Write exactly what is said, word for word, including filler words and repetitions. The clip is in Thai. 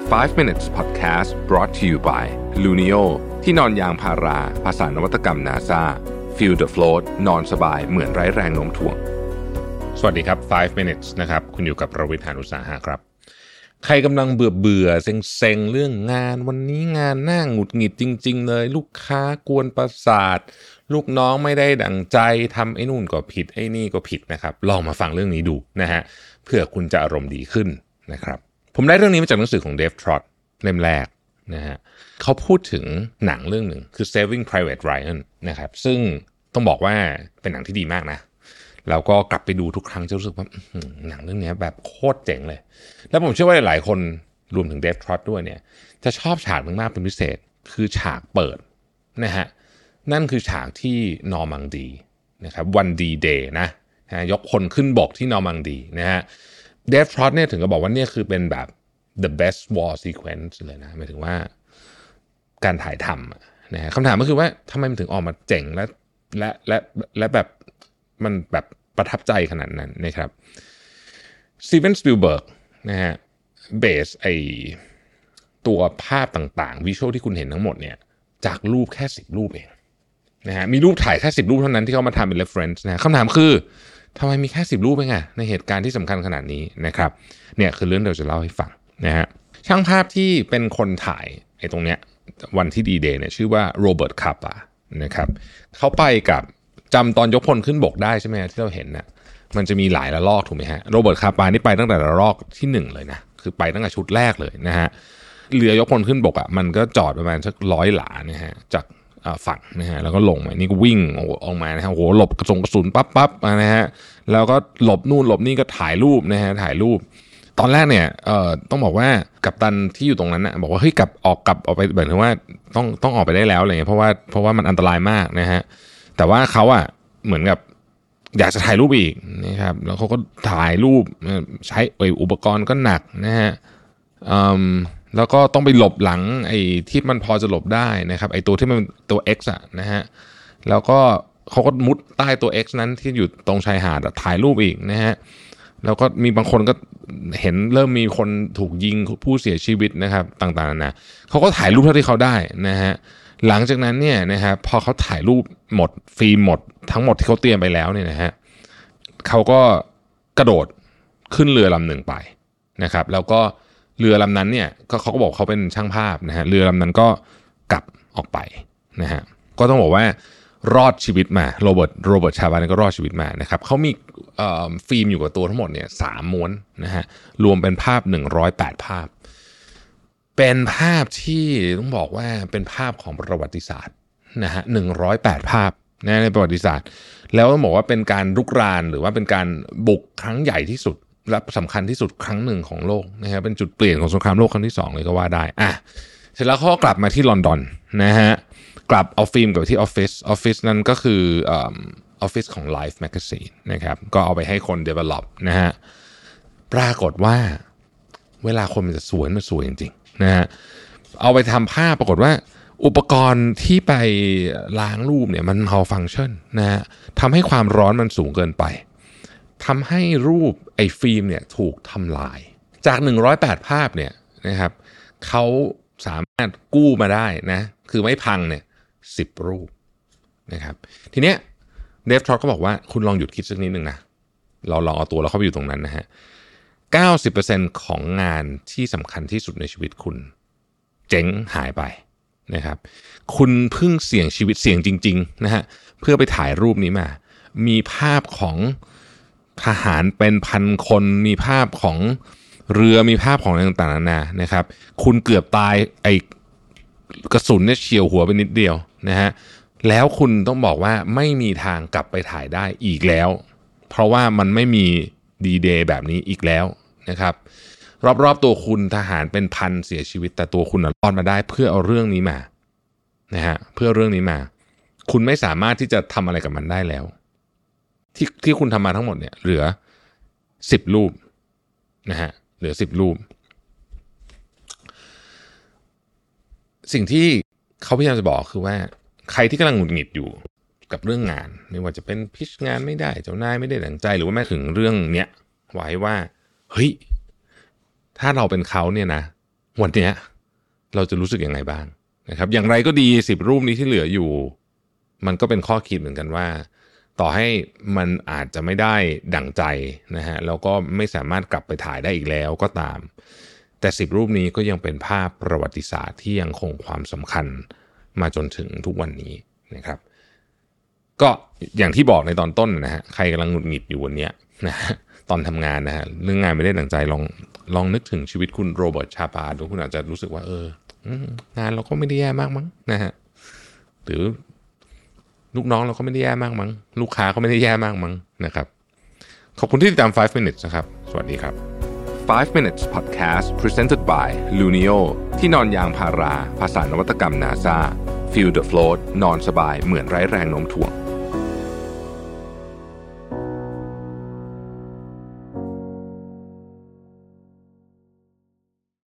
five minutes podcast brought to you by Luno ที่นอนยางพาราภาษานวัตกรรม NASA Feel the float นอนสบายเหมือนไร้แรงโน้มถ่วงสวัสดีครับfive minutes นะครับคุณอยู่กับประวิทย์ หาญอุตสาหะครับใครกำลังเบื่อเบื่อเซ็งเซ็งเรื่องงานวันนี้งานน่าหงุดหงิดจริงๆเลยลูกค้ากวนประสาทลูกน้องไม่ได้ดั่งใจทำไอ้นู่นก็ผิดไอ้นี่ก็ผิดนะครับลองมาฟังเรื่องนี้ดูนะฮะเพื่อคุณจะอารมณ์ดีขึ้นนะครับผมได้เรื่องนี้มาจากหนังสือของเดฟทรอตเล่มแรกนะฮะเขาพูดถึงหนังเรื่องหนึ่งคือ Saving Private Ryan นะครับซึ่งต้องบอกว่าเป็นหนังที่ดีมากนะแล้วก็กลับไปดูทุกครั้งจะรู้สึกว่าหนังเรื่องนี้แบบโคตรเจ๋งเลยแล้วผมเชื่อว่าหลายคนรวมถึงเดฟทรอตด้วยเนี่ยจะชอบฉากมากๆเป็นพิเศษคือฉากเปิดนะฮะนั่นคือฉากที่นอร์มังดีนะครับวันดีเดย์นะฮะยกพลขึ้นบกที่นอร์มังดีนะฮะเดฟทรอตเนี่ยถึงก็บอกว่าเนี่ยคือเป็นแบบ the best war sequence เลยนะหมายถึงว่าการถ่ายทำนะฮะคำถามก็คือว่าทำไมมันถึงออกมาเจ๋งและและและและแบบมันแบบประทับใจขนาดนั้นนะครับสตีเวนสปิลเบิร์กนะฮะเบสไอตัวภาพต่างๆวิชวลที่คุณเห็นทั้งหมดเนี่ยจากรูปแค่สิบรูปเองนะฮะมีรูปถ่ายแค่สิบรูปเท่านั้นที่เขามาทำเป็น reference นะคำถามคือทำไมมีแค่สิบรูปเองอะในเหตุการณ์ที่สำคัญขนาดนี้นะครับเนี่ยคือเรื่องเดี๋ยวจะเล่าให้ฟังนะฮะช่างภาพที่เป็นคนถ่ายไอ้ตรงเนี้ยวันที่ดีเดย์เนี่ยชื่อว่าโรเบิร์ตคาปานะครับเขาไปกับจำตอนยกพลขึ้นบกได้ใช่ไหมที่เราเห็นนะมันจะมีหลายระลอกถูกไหมฮะโรเบิร์ตคาปานี่ไปตั้งแต่ระลอกที่หนึ่งเลยนะคือไปตั้งแต่ชุดแรกเลยนะฮะเรือยกพลขึ้นบกอ่ะมันก็จอดประมาณสักร้อยหลานะฮะจากฝั่งนะฮะแล้วก็ลงมานี่ก็วิ่งออกมานะฮะโหหลบกระสุนกระสุนปั๊บปั๊บนะฮะแล้วก็หลบนู่นหลบนี่ก็ถ่ายรูปนะฮะถ่ายรูปตอนแรกเนี่ยเอ่อต้องบอกว่ากัปตันที่อยู่ตรงนั้นนะบอกว่าเฮ้ยกลับออกกลับออกไปแบบนึงว่าต้องต้องออกไปได้แล้วอะไรเงี้ยเพราะว่าเพราะว่ามันอันตรายมากนะฮะแต่ว่าเขาอ่ะเหมือนกับอยากจะถ่ายรูปอีกนะครับแล้วเขาก็ถ่ายรูปใช้อุปกรณ์ก็หนักนะฮะแล้วก็ต้องไปหลบหลังไอ้ที่มันพอจะหลบได้นะครับไอ้ตัวที่มันตัว X อ่ะนะฮะแล้วก็เขาก็มุดใต้ตัว X นั้นที่อยู่ตรงชายหาดถ่ายรูปอีกนะฮะแล้วก็มีบางคนก็เห็นเริ่มมีคนถูกยิงผู้เสียชีวิตนะครับต่างๆนะเขาก็ถ่ายรูปเท่าที่เขาได้นะฮะหลังจากนั้นเนี่ยนะครับพอเขาถ่ายรูปหมดฟิล์มหมดทั้งหมดที่เขาเตรียมไปแล้วเนี่ยนะฮะเขาก็กระโดดขึ้นเรือลำหนึ่งไปนะครับแล้วก็เรือลำนั้นเนี่ยก็เขาก็บอกเขาเป็นช่างภาพนะฮะเรือลำนั้นก็กลับออกไปนะฮะก็ต้องบอกว่ารอดชีวิตมาโรเบิร์ตโรเบิร์ตชาบานก็รอดชีวิตมานะครับเขามีฟิล์มอยู่กับตัวทั้งหมดเนี่ยสามม้วนนะฮะรวมเป็นภาพหนึ่งร้อยแปดภาพเป็นภาพที่ต้องบอกว่าเป็นภาพของประวัติศาสตร์นะฮะหนึ่งร้อยแปดภาพนะในประวัติศาสตร์แล้วต้องบอกว่าเป็นการรุกรานหรือว่าเป็นการบุกครั้งใหญ่ที่สุดและสำคัญที่สุดครั้งหนึ่งของโลกนะฮะเป็นจุดเปลี่ยนของสงครามโลกครั้งที่สองเลยก็ว่าได้อ่ะเสร็จแล้วเขาก็กลับมาที่ลอนดอนนะฮะกลับเอาฟิล์มกับที่ออฟฟิศออฟฟิศนั่นก็คือออฟฟิศของ Life Magazine นะครับก็เอาไปให้คน develop นะฮะปรากฏว่าเวลาคนมันจะสวยมันสวยจริงๆนะฮะเอาไปทำภาพปรากฏว่าอุปกรณ์ที่ไปล้างรูปเนี่ยมัน malfunction นะฮะทำให้ความร้อนมันสูงเกินไปทำให้รูปไอ้ฟิล์มเนี่ยถูกทำลายจากหนึ่งร้อยแปดภาพเนี่ยนะครับเขาสามารถกู้มาได้นะคือไม่พังเนี่ยสิบรูปนะครับทีเนี้ยเดฟทรอตก็บอกว่าคุณลองหยุดคิดสักนิดนึงนะเราลองเอาตัวเราเข้าไปอยู่ตรงนั้นนะฮะ เก้าสิบเปอร์เซ็นต์ ของงานที่สำคัญที่สุดในชีวิตคุณเจ๊งหายไปนะครับคุณเพิ่งเสี่ยงชีวิตเสี่ยงจริงๆนะฮะเพื่อไปถ่ายรูปนี้มามีภาพของทหารเป็นพันคนมีภาพของเรือมีภาพของอะไรต่างๆนานานะครับคุณเกือบตายไอ้กระสุนเนี่ยเฉียวหัวไปนิดเดียวนะฮะแล้วคุณต้องบอกว่าไม่มีทางกลับไปถ่ายได้อีกแล้วเพราะว่ามันไม่มีดีเดย์แบบนี้อีกแล้วนะครับรอบๆตัวคุณทหารเป็นพันเสียชีวิตแต่ตัวคุณรอดมาได้เพื่อเอาเรื่องนี้มานะฮะเพื่อเรื่องนี้มาคุณไม่สามารถที่จะทำอะไรกับมันได้แล้วที่ที่คุณทำมาทั้งหมดเนี่ยเหลือสิบรูปนะฮะเหลือสิบรูปสิ่งที่เขาพยายามจะบอกคือว่าใครที่กำลังหงุดหงิดอยู่กับเรื่องงานไม่ว่าจะเป็นพิชงานไม่ได้เจ้านายไม่ได้ดั่งใจหรือว่าแม้ถึงเรื่องเนี้ยไว้ว่าเฮ้ยถ้าเราเป็นเขาเนี่ยนะวันนี้เราจะรู้สึกยังไงบ้างนะครับอย่างไรก็ดีสิบรูปนี้ที่เหลืออยู่มันก็เป็นข้อคิดเหมือนกันว่าต่อให้มันอาจจะไม่ได้ดั่งใจนะฮะแล้วก็ไม่สามารถกลับไปถ่ายได้อีกแล้วก็ตามแต่สิบรูปนี้ก็ยังเป็นภาพประวัติศาสตร์ที่ยังคงความสำคัญมาจนถึงทุกวันนี้นะครับก็อย่างที่บอกในตอนต้นนะฮะใครกำลังหงุดหงิดอยู่วันนี้นะฮะตอนทำงานนะฮะเรื่องงานไม่ได้ดั่งใจลองลองนึกถึงชีวิตคุณโรเบิร์ตชาปาดูคุณอาจจะรู้สึกว่าเอองานเราก็ไม่ได้แย่มากมั้งนะฮะหรือลูกน้องเราก็ไม่ได้แย่มากมั้งลูกค้าก็ไม่ได้แย่มากมั้งนะครับขอบคุณที่ติดตามไฟว์ minutes นะครับสวัสดีครับไฟว์ minutes podcast presented by Lunio ที่นอนยางพาราภาษานวัตกรรม NASA Feel the float นอนสบายเหมือนไร้แรงโน้มถ่วง